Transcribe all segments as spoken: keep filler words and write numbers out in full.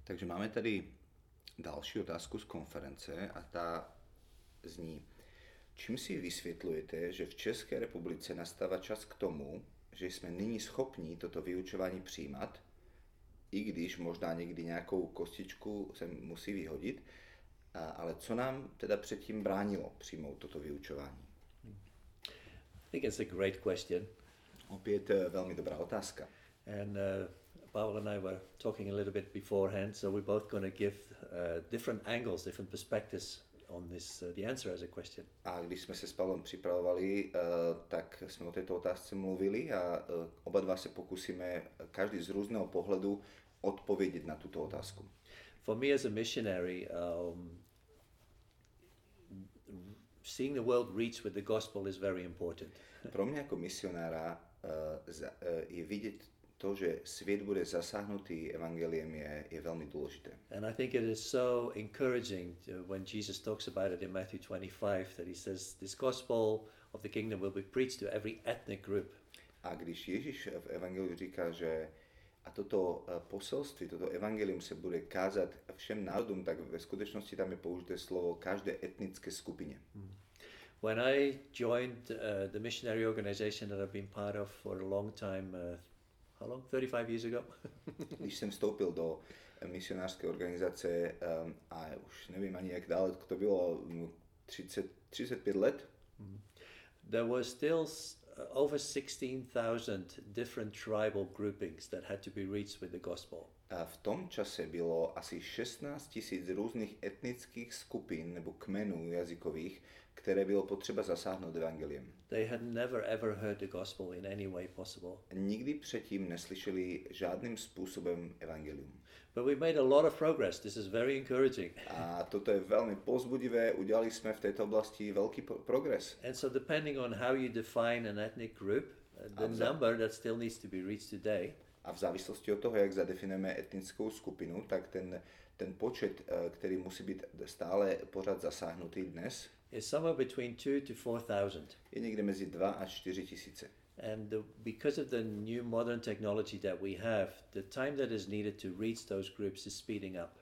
Takže máme tady další otázku z konference a ta zní: čím si vysvětlujete, že v České republice nastává čas k tomu, že jsme nyní schopni toto vyučování přijímat, i když možná někdy nějakou kostičku se musí vyhodit, ale co nám teda předtím bránilo přijmout toto vyučování? I think it's a great question. Opět velmi dobrá otázka. And uh, Pavel and I were talking a little bit beforehand, so we're both going to give uh, different angles, different perspectives on this, uh, the answer as a question. A když jsme se s Pavlem připravovali, uh, tak jsme o této otázce mluvili a uh, oba dva se pokusíme každý z různého pohledu odpovědět na tuto otázku. For me as a missionary, um, seeing the world reach with the gospel is very important. Pro mě jako misionára uh, za, uh, je vidět to, že svět bude zasáhnutý evangeliem, je, je velmi důležité. And I think it is so encouraging to, when Jesus talks about it in Matthew twenty-five, that he says this gospel of the kingdom will be preached to every ethnic group. A když Ježíš v evangeliu říká, že a toto poselství, toto evangelium se bude kázat všem národům, tak ve skutečnosti tam je použité slovo každé etnické skupině. Hmm. When I joined uh, the missionary organization that I've been part of for a long time, uh, how long? thirty-five years ago. Když jsem vstoupil do misionářské organizace um, a už nevím ani jak dále, to bylo třicet, třicet pět let. Mm. There were still uh, over sixteen thousand different tribal groupings that had to be reached with the gospel. A v tom čase bylo asi šestnáct tisíc různých etnických skupin nebo kmenů jazykových, které bylo potřeba zasáhnout evangeliem. They had never ever heard the gospel in any way possible. Nikdy předtím neslyšeli žádným způsobem evangelium. But we made a lot of progress. This is very encouraging. A toto je velmi povzbudivé. Udělali jsme v této oblasti velký progres. And so depending on how you define an ethnic group, the za... number that still needs to be reached today. A v závislosti od toho, jak zadefinujeme etnickou skupinu, tak ten, ten počet, který musí být stále pořád zasáhnutý dnes, is somewhere between two to four thousand. Je někde mezi dva až čtyři tisíce. And the, because of the new modern technology that we have, the time that is needed to reach those groups is speeding up.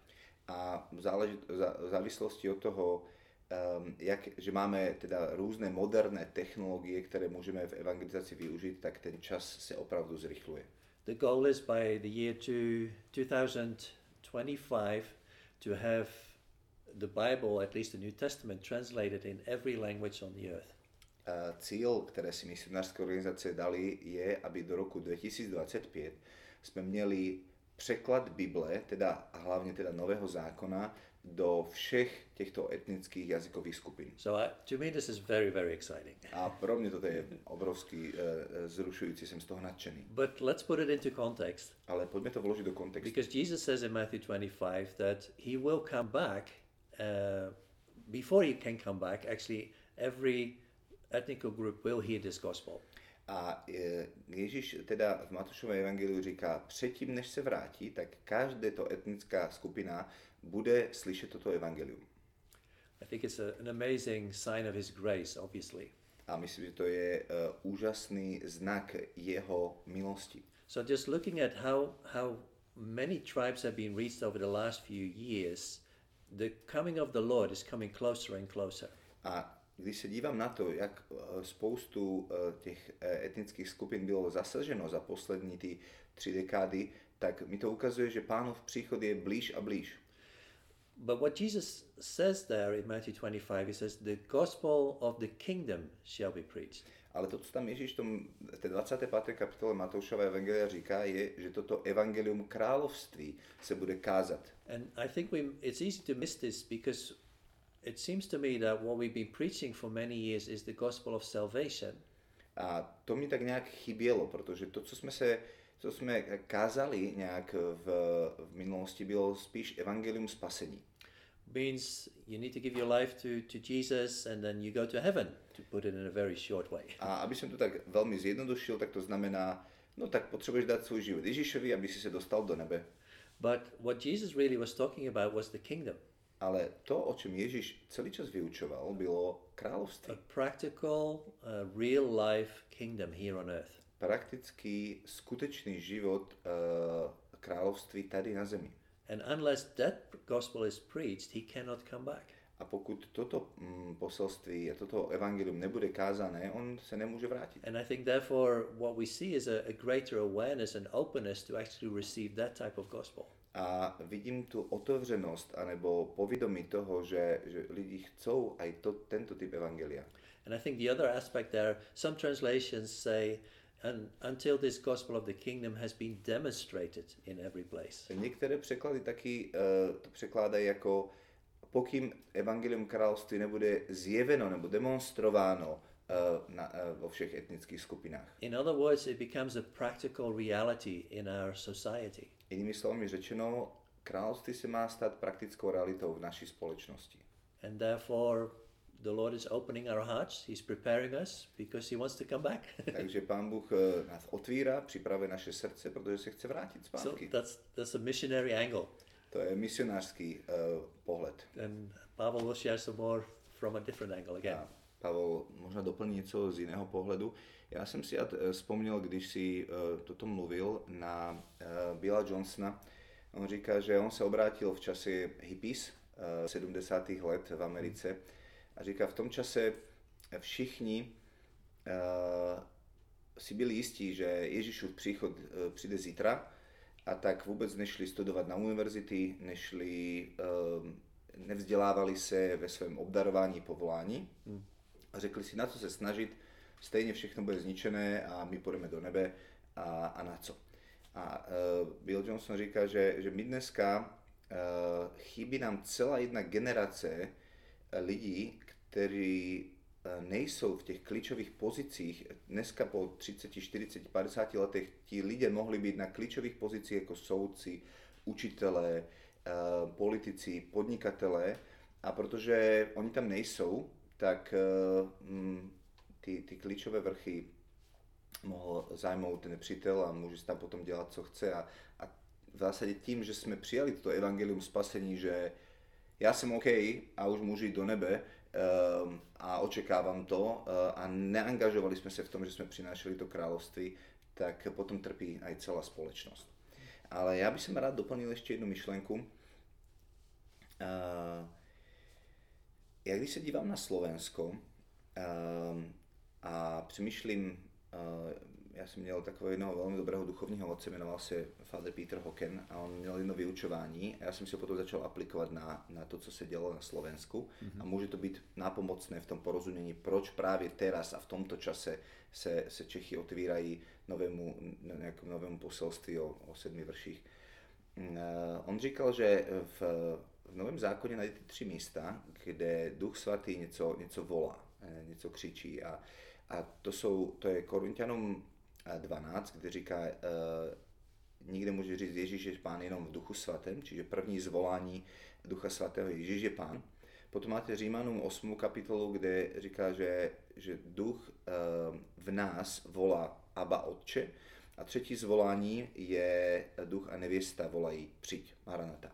A v, záleži, v závislosti od toho, um, jak, že máme teda různé moderné technologie, které můžeme v evangelizaci využít, tak ten čas se opravdu zrychluje. The goal is by the year two, twenty twenty-five to have the Bible, at least the New Testament, translated in every language on the earth. Uh, cíl, které si misionářské organizace dali, je, aby do roku dva tisíce dvacet pět jsme měli překlad Bible, teda hlavně teda Nového zákona, do všech těchto etnických jazykových skupin. So I, to me this is very, very exciting. A pro mě to je obrovský uh, zrušující, jsem z toho nadšený. But let's put it into context. Ale pojďme to vložit do kontextu. Because Jesus says in Matthew twenty-five that he will come back. Uh, before he can come back, actually every ethnic group will hear this gospel. A Ježíš teda v Matoušově evangeliu říká, předtím než se vrátí, tak každá to etnická skupina bude slyšet toto evangelium. I think it's a, an amazing sign of his grace, obviously. A myslím, že to je uh, úžasný znak jeho milosti. So just looking at how how many tribes have been reached over the last few years, the coming of the Lord is coming closer and closer. A když se dívám na to, jak spoustu těch etnických skupin bylo zasaženo za poslední ty tři dekády, tak mi to ukazuje, že Pánův příchod je blíž a blíž. But what Jesus says there in Matthew twenty-five, he says, the gospel of the kingdom shall be preached. Ale to, co tam Ježíš v tom, té dvacáté páté kapitole Matoušova evangelia říká, je, že toto evangelium království se bude kázat. And I think we, it's easy to miss this because it seems to me that what we've been preaching for many years is the gospel of salvation. A to mi tak nějak chybělo, protože to, co jsme se, co jsme kázali nějak v, v minulosti, bylo spíš evangelium spasení. Means you need to give your life to, to Jesus and then you go to heaven, to put it in a very short way. A aby jsem to tak velmi zjednodušil, tak to znamená, no tak potřebuješ dát svůj život Ježíšovi, aby si se dostal do nebe. But what Jesus really was talking about was the kingdom. Ale to, o čem Ježíš celý čas vyučoval, bylo království. A practical, uh, real life kingdom here on earth. Praktický, skutečný život uh, království tady na zemi. And unless that gospel is preached, he cannot come back. A pokud toto mm, poselství a toto evangelium nebude kázané, on se nemůže vrátit. And I think therefore what we see is a, a greater awareness and openness to actually receive that type of gospel. A vidím tu otevřenost anebo povědomí toho, že, že lidi chcou aj to, tento typ evangelia. And I think the other aspect there, some translations say, and until this gospel of the kingdom has been demonstrated in every place. Některé překlady taky uh, to překládají jako pokým evangelium království nebude zjeveno nebo demonstrováno uh, na, uh, vo všech etnických skupinách. In other words, it becomes a practical reality in our society. Jinými slovy řečeno, království se má stát praktickou realitou v naší společnosti. And therefore the Lord is opening our hearts, he's preparing us because he wants to come back. Takže Pán Bůh nás otvírá, připravuje naše srdce, protože se chce vrátit zpátky. So that's that's a missionary angle. To je misionářský uh, pohled. And Pavel will share some more from a different angle again. A Pavel možná doplní něco z jiného pohledu. Já jsem si vzpomněl, když si uh, toto mluvil na uh, Billa Johnsona. On říká, že on se obrátil v čase hippies uh, sedmdesátých let v Americe. A říká, v tom čase všichni uh, si byli jistí, že Ježíšův příchod uh, přijde zítra, a tak vůbec nešli studovat na univerzity, nešli, uh, nevzdělávali se ve svém obdarování povolání hmm. a řekli si, na co se snažit, stejně všechno bude zničené a my půjdeme do nebe a, a na co. A uh, Bill Johnson říká, že, že my dneska uh, chybí nám celá jedna generace lidí, kteří nejsou v těch klíčových pozicích. Dneska po třicet, čtyřicet, padesát letech ti lidé mohli být na klíčových pozicích jako soudci, učitelé, politici, podnikatelé, a protože oni tam nejsou, tak ty, ty klíčové vrchy mohl zajmout ten nepřítel a může si tam potom dělat, co chce. A, a v zásadě tím, že jsme přijali to evangelium spasení, že já jsem OK a už můžu jít do nebe um, a očekávám to uh, a neangažovali jsme se v tom, že jsme přinášeli to království, tak potom trpí aj celá společnost. Ale já bych sem rád doplnil ještě jednu myšlenku. Uh, já když se dívám na Slovensko uh, a přemýšlím, uh, já jsem měl takového jednoho velmi dobrého duchovního otce, jmenoval se Father Peter Hocken a on měl jedno vyučování a já jsem si ho potom začal aplikovat na, na to, co se dělo na Slovensku mm-hmm. a může to být nápomocné v tom porozumění, proč právě teraz a v tomto čase se, se Čechy otvírají novému, nějakému novému poselství o, o sedmi vrších. Uh, on říkal, že v, v Novém zákoně najdete tři místa, kde Duch Svatý něco, něco volá, něco křičí a, a to, jsou, to je Korinťanům dvanáct, kde říká, uh, nikde může říct Ježíš je Pán jenom v Duchu Svatém, čiže první zvolání Ducha Svatého Ježíš je Pán. Potom máte Římanům osmou kapitolu, kde říká, že, že Duch uh, v nás volá Abba Otče a třetí zvolání je Duch a nevěsta volají přijď, Maranata.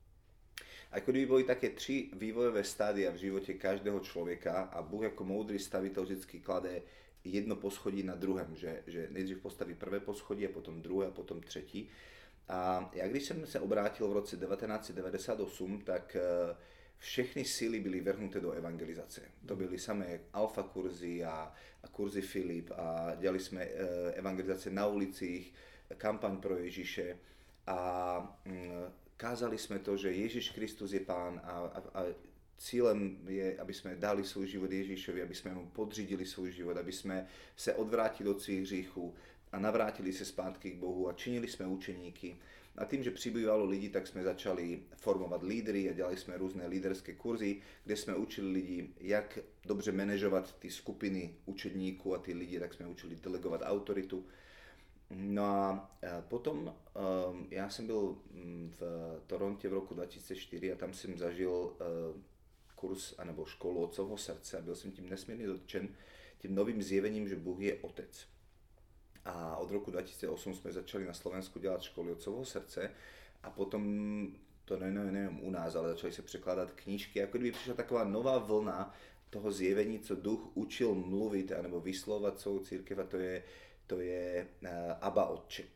A jako kdyby byly také tři vývojové stádia v životě každého člověka a Bůh jako moudrý stavitel vždycky klade jedno poschodí na druhém, že, že nejdřív postaví prvé poschodí a potom druhé a potom třetí. A já když jsem se obrátil v roce devatenáct devadesát osm, tak všechny síly byly vrhnuté do evangelizace. To byly samé alfa kurzy a, a kurzy Filip a dělali jsme evangelizace na ulicích, kampaň pro Ježíše a mm, kázali jsme to, že Ježíš Kristus je Pán a, a, a cílem je, aby jsme dali svůj život Ježíšovi, aby jsme mu podřídili svůj život, aby jsme se odvrátili od svých hříchů a navrátili se zpátky k Bohu a činili jsme učeníky. A tím, že přibývalo lidí, tak jsme začali formovat lídry a dělali jsme různé líderské kurzy, kde jsme učili lidi, jak dobře manažovat ty skupiny učedníků a ty lidi, tak jsme učili delegovat autoritu. No a potom já jsem byl v Torontě v roku dva tisíce čtyři a tam jsem zažil kurz anebo školu Otcovho srdce a byl jsem tím nesmírně dotčen tím novým zjevením, že Bůh je Otec. A od roku dva tisíce osm jsme začali na Slovensku dělat školy Otcovho srdce a potom to nevím, nevím u nás, ale začali se překládat knížky, jako kdyby přišla taková nová vlna toho zjevení, co Duch učil mluvit anebo vyslovovat svou církev a to je, to je uh, Abba Otče.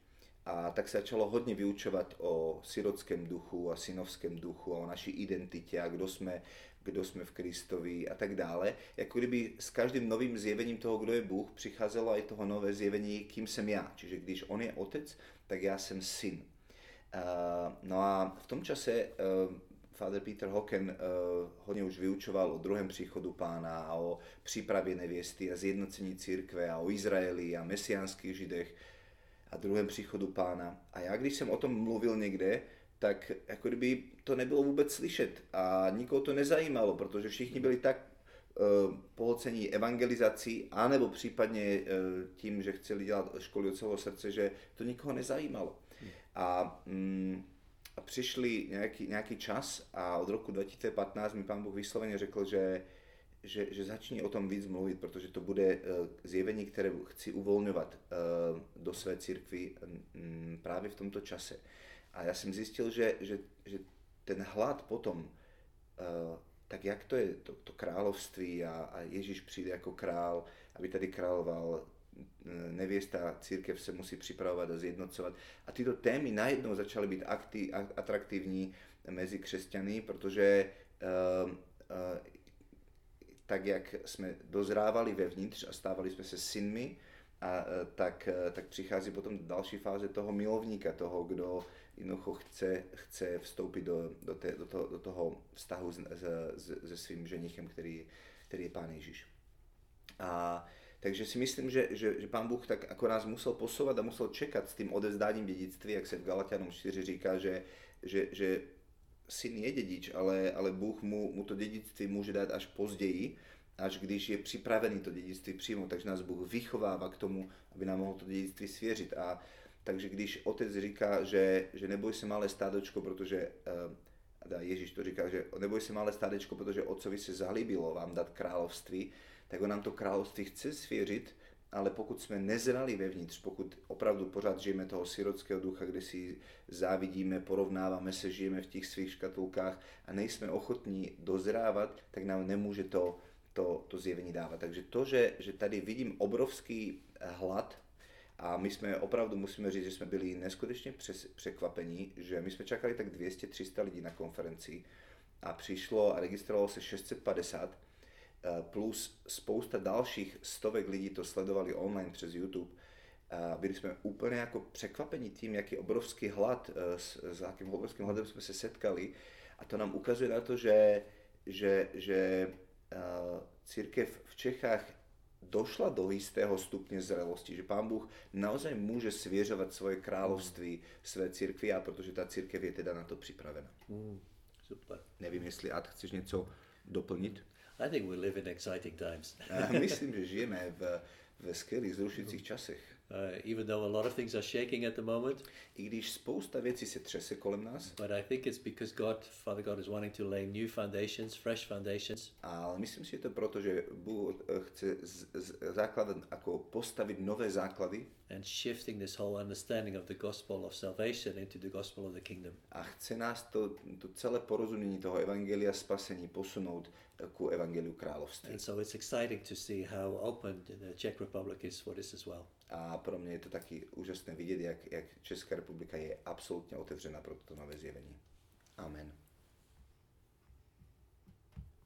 A tak sa začalo hodne vyučovať o sirotském duchu a synovském duchu a o naší identite a kdo sme, kdo sme v Kristovi a tak dále. Jako kdyby s každým novým zjevením toho, kdo je Bůh, přicházelo aj toho nové zjevení, kým jsem já. Čiže když on je otec, tak já jsem syn. Uh, no a v tom čase uh, Father Peter Hocken uh, hodne už vyučoval o druhém příchodu pána a o přípravě nevěsty a zjednocení církve a o Izraeli a mesiánských židech a druhém příchodu pána. A já, když jsem o tom mluvil někde, tak jako kdyby to nebylo vůbec slyšet a nikoho to nezajímalo, protože všichni byli tak uh, pohlcení evangelizací, anebo případně uh, tím, že chceli dělat školy od celého srdce, že to nikoho nezajímalo. A, mm, a přišli nějaký, nějaký čas a od roku dva tisíce patnáct mi pán Bůh vysloveně řekl, že, že, že začni o tom víc mluvit, protože to bude uh, zjevení, které chci uvolňovat uh, do své církvy um, právě v tomto čase. A já jsem zjistil, že, že, že ten hlad potom, uh, tak jak to je, to, to království a, a Ježíš přijde jako král, aby tady královal, nevěsta, církev se musí připravovat a zjednocovat. A tyto témy najednou začaly být akti, atraktivní mezi křesťany, protože uh, uh, tak, jak jsme dozrávali vevnitř a stávali jsme se synmi, a, uh, tak, uh, tak přichází potom další fáze toho milovníka, toho, kdo jednoducho chce, chce vstoupit do, do, té, do, toho, do toho vztahu s, s, se svým ženichem, který, který je Pán Ježíš. A takže si myslím, že, že, že Pán Bůh tak ako nás musel posouvat a musel čekat s tím odevzdáním dědictví, jak se v Galatianům čtyři říká, že, že, že syn je dědič, ale, ale Bůh mu, mu to dědictví může dát až později, až když je připravený to dědictví přijmout. Takže nás Bůh vychovává k tomu, aby nám mohl to dědictví svěřit. A takže když otec říká, že, že neboj se malé stádočko, protože uh, Ježíš to říká, že neboj se malé stádečko, protože otcovi se zalíbilo vám dát království, tak on nám to království chce svěřit, ale pokud jsme nezrali vevnitř, pokud opravdu pořád žijeme toho sirotského ducha, kde si závidíme, porovnáváme se, žijeme v těch svých škatulkách a nejsme ochotní dozrávat, tak nám nemůže to, to, to zjevení dávat. Takže to, že, že tady vidím obrovský hlad a my jsme opravdu, musíme říct, že jsme byli neskutečně překvapení, že my jsme čakali tak dvě stě tři sta lidí na konferenci a přišlo a registrovalo se šest set padesát, plus spousta dalších stovek lidí to sledovali online přes YouTube. Byli jsme úplně jako překvapení tím, jaký obrovský hlad, s, s jakým obrovským hladem jsme se setkali. A to nám ukazuje na to, že, že, že církev v Čechách došla do jistého stupně zrelosti, že Pán Bůh naozaj může svěřovat svoje království své církvi, a protože ta církev je teda na to připravena. Mm, super. Nevím, jestli Ad, chceš něco doplnit? I think we live in exciting times. Myslím, že žijeme v, ve skvělých zrušujících časech. Uh, even though a lot of things are shaking at the moment. I když spousta věcí se třese kolem nás. But I think it's because God, Father God is wanting to lay new foundations, fresh foundations. Ale myslím si, že to proto, že Bůh chce z, z, základat, jako postavit nové základy. And shifting this whole understanding of the gospel of salvation into the gospel of the kingdom. A chce nás to, to celé porozumění toho evangelia spasení posunout ku evangeliu království. And so it's exciting to see how open the Czech Republic is for this as well. A pro mě je to taky úžasné vidět, jak, jak Česká republika je absolutně otevřena pro toto nové zjevení. Amen.